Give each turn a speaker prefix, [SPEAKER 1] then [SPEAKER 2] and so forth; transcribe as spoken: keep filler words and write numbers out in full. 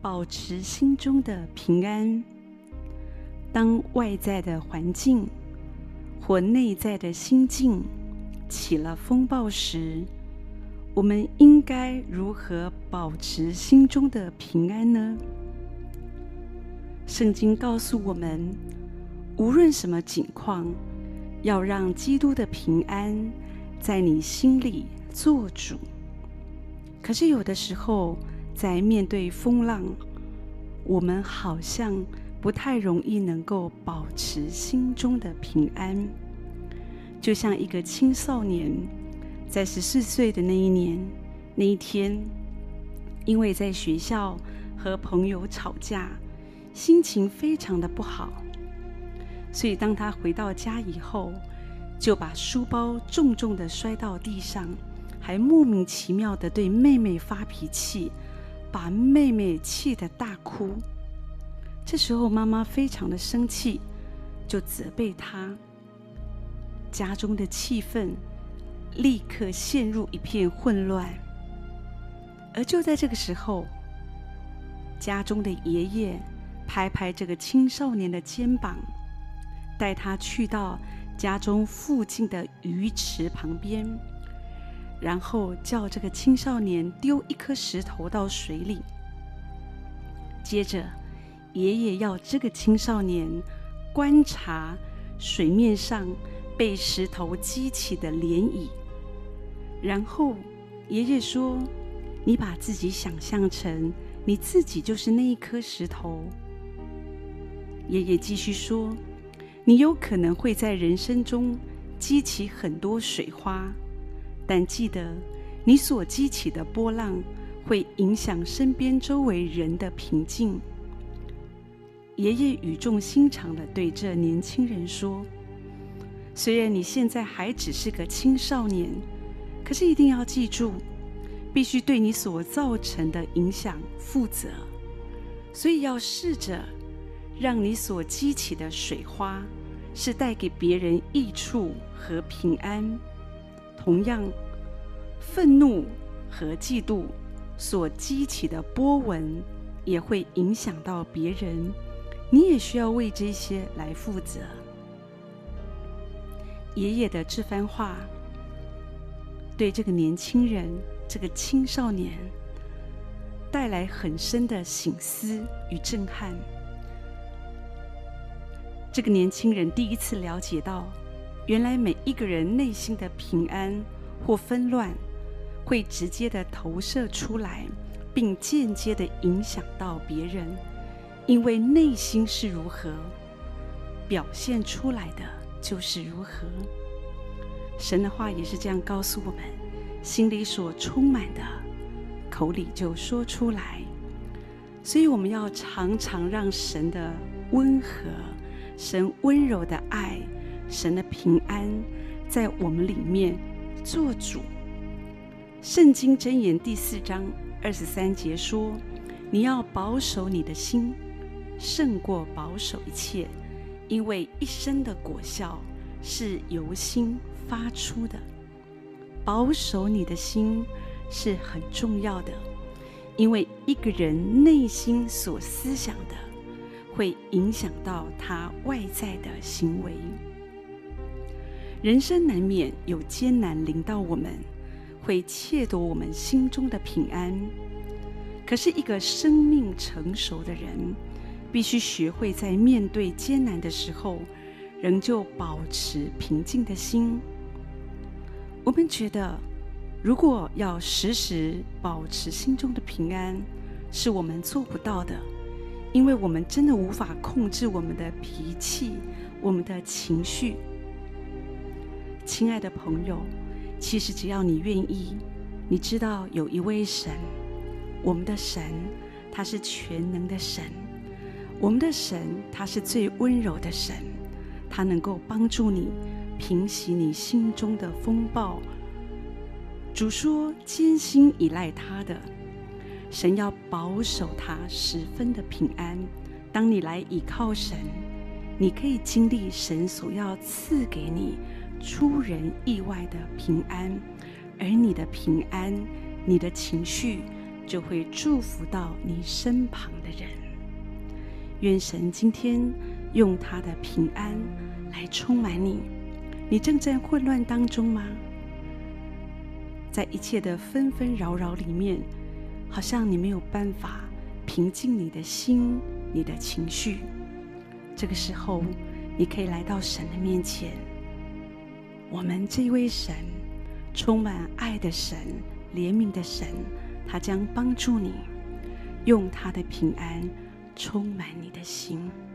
[SPEAKER 1] 保持心中的平安。当外在的环境或内在的心境起了风暴时，我们应该如何保持心中的平安呢？圣经告诉我们，无论什么境况，要让基督的平安在你心里做主。可是有的时候，在面对风浪，我们好像不太容易能够保持心中的平安。就像一个青少年，在十四岁的那一年那一天，因为在学校和朋友吵架，心情非常的不好，所以当他回到家以后，就把书包重重的摔到地上，还莫名其妙的对妹妹发脾气，把妹妹气得大哭。这时候妈妈非常的生气，就责备他。家中的气氛立刻陷入一片混乱。而就在这个时候，家中的爷爷拍拍这个青少年的肩膀，带他去到家中附近的鱼池旁边，然后叫这个青少年丢一颗石头到水里。接着爷爷要这个青少年观察水面上被石头激起的涟漪，然后爷爷说，你把自己想象成你自己就是那一颗石头。爷爷继续说，你有可能会在人生中激起很多水花，但记得你所激起的波浪会影响身边周围人的平静。爷爷语重心长地对这年轻人说，虽然你现在还只是个青少年，可是一定要记住，必须对你所造成的影响负责，所以要试着让你所激起的水花是带给别人益处和平安。同样，愤怒和嫉妒所激起的波纹也会影响到别人，你也需要为这些来负责。爷爷的这番话对这个年轻人，这个青少年带来很深的省思与震撼。这个年轻人第一次了解到，原来每一个人内心的平安或纷乱会直接的投射出来，并间接的影响到别人，因为内心是如何，表现出来的就是如何。神的话也是这样告诉我们，心里所充满的，口里就说出来。所以我们要常常让神的温和、神温柔的爱、神的平安在我们里面做主。圣经箴言第四章二十三节说，你要保守你的心，胜过保守一切，因为一生的果效是由心发出的。保守你的心是很重要的，因为一个人内心所思想的会影响到他外在的行为。人生难免有艰难临到我们，会窃夺我们心中的平安。可是一个生命成熟的人，必须学会在面对艰难的时候，仍旧保持平静的心。我们觉得，如果要时时保持心中的平安，是我们做不到的，因为我们真的无法控制我们的脾气、我们的情绪。亲爱的朋友，其实只要你愿意，你知道有一位神，我们的神，他是全能的神，我们的神，他是最温柔的神，他能够帮助你平息你心中的风暴。主说，艰辛依赖他的，神要保守他十分的平安。当你来倚靠神，你可以经历神所要赐给你出人意外的平安，而你的平安，你的情绪就会祝福到你身旁的人。愿神今天用他的平安来充满你。你正在混乱当中吗？在一切的纷纷扰扰里面，好像你没有办法平静你的心，你的情绪。这个时候，你可以来到神的面前。我们这位神，充满爱的神，怜悯的神，他将帮助你，用他的平安充满你的心。